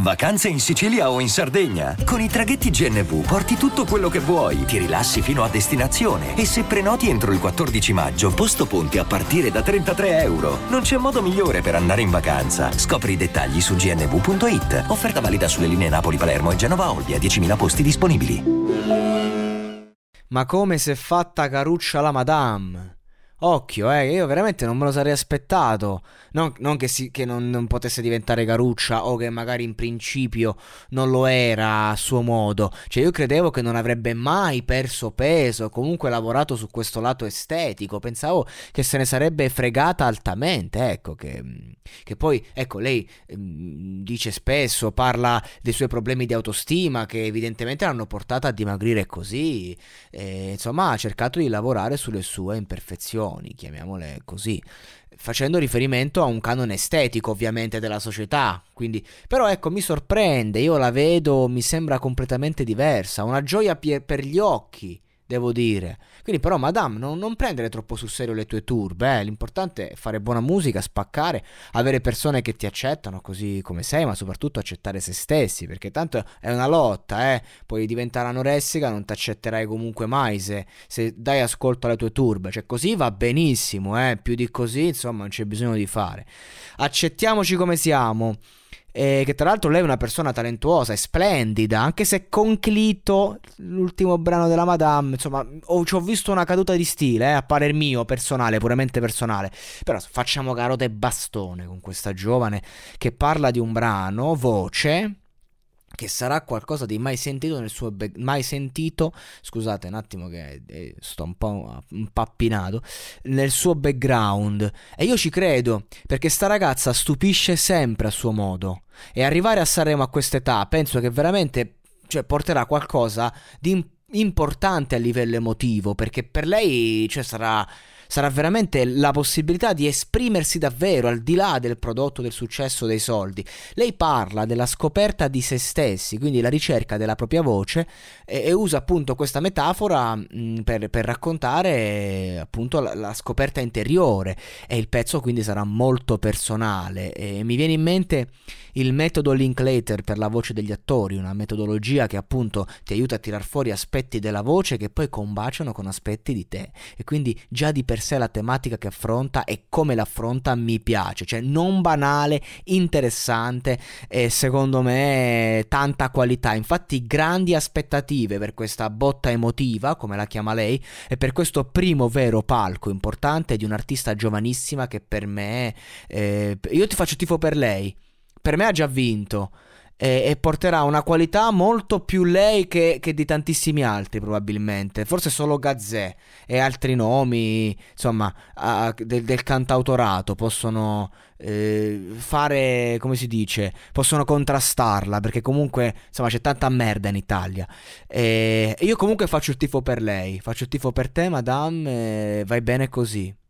Vacanze in Sicilia o in Sardegna? Con i traghetti GNV porti tutto quello che vuoi, ti rilassi fino a destinazione e se prenoti entro il 14 maggio, posto ponti a partire da €33. Non c'è modo migliore per andare in vacanza. Scopri i dettagli su gnv.it. Offerta valida sulle linee Napoli-Palermo e Genova-Olbia, 10.000 posti disponibili. Ma come si è fatta caruccia la Madame? Occhio, io veramente non me lo sarei aspettato. Non che non potesse diventare caruccia, o che magari in principio non lo era a suo modo. Cioè, io credevo che non avrebbe mai perso peso, comunque lavorato su questo lato estetico. Pensavo che se ne sarebbe fregata altamente. Ecco, che poi, ecco, lei dice spesso, parla dei suoi problemi di autostima, che evidentemente l'hanno portata a dimagrire così. Insomma, ha cercato di lavorare sulle sue imperfezioni, chiamiamole così, facendo riferimento a un canone estetico ovviamente della società. Quindi, però ecco, mi sorprende, io la vedo, mi sembra completamente diversa, una gioia per gli occhi, devo dire. Quindi però Madame, non prendere troppo sul serio le tue turbe, l'importante è fare buona musica, spaccare, avere persone che ti accettano così come sei, ma soprattutto accettare se stessi, perché tanto è una lotta, puoi diventare anoressica, non ti accetterai comunque mai se dai ascolto alle tue turbe. Cioè, così va benissimo, più di così insomma non c'è bisogno di fare. Accettiamoci come siamo. Che tra l'altro lei è una persona talentuosa e splendida, anche se con Clito, l'ultimo brano della Madame, insomma, ci ho visto una caduta di stile, a parer mio, personale, puramente personale. Però facciamo carote e bastone con questa giovane che parla di un brano, Voce, che sarà qualcosa di mai sentito nel suo mai sentito, scusate un attimo che sto un po' impappinato, nel suo background. E io ci credo, perché sta ragazza stupisce sempre a suo modo, e arrivare a Sanremo a quest'età penso che veramente, cioè, porterà qualcosa di importante a livello emotivo, perché per lei, cioè, sarà veramente la possibilità di esprimersi davvero al di là del prodotto, del successo, dei soldi. Lei parla della scoperta di se stessi, quindi la ricerca della propria voce, e usa appunto questa metafora per raccontare appunto la scoperta interiore, e il pezzo quindi sarà molto personale. E mi viene in mente il metodo Linklater per la voce degli attori, una metodologia che appunto ti aiuta a tirar fuori aspetti della voce che poi combaciano con aspetti di te, e quindi già di per sé la tematica che affronta e come l'affronta mi piace, cioè non banale, interessante, e secondo me tanta qualità. Infatti grandi aspettative per questa botta emotiva, come la chiama lei, e per questo primo vero palco importante di un'artista giovanissima che per me, io ti faccio tifo per lei, per me ha già vinto. E porterà una qualità molto più lei che di tantissimi altri, probabilmente. Forse solo Gazzè e altri nomi, insomma, del cantautorato possono fare, come si dice, possono contrastarla, perché comunque insomma c'è tanta merda in Italia. E io comunque faccio il tifo per lei, faccio il tifo per te, Madame, vai bene così.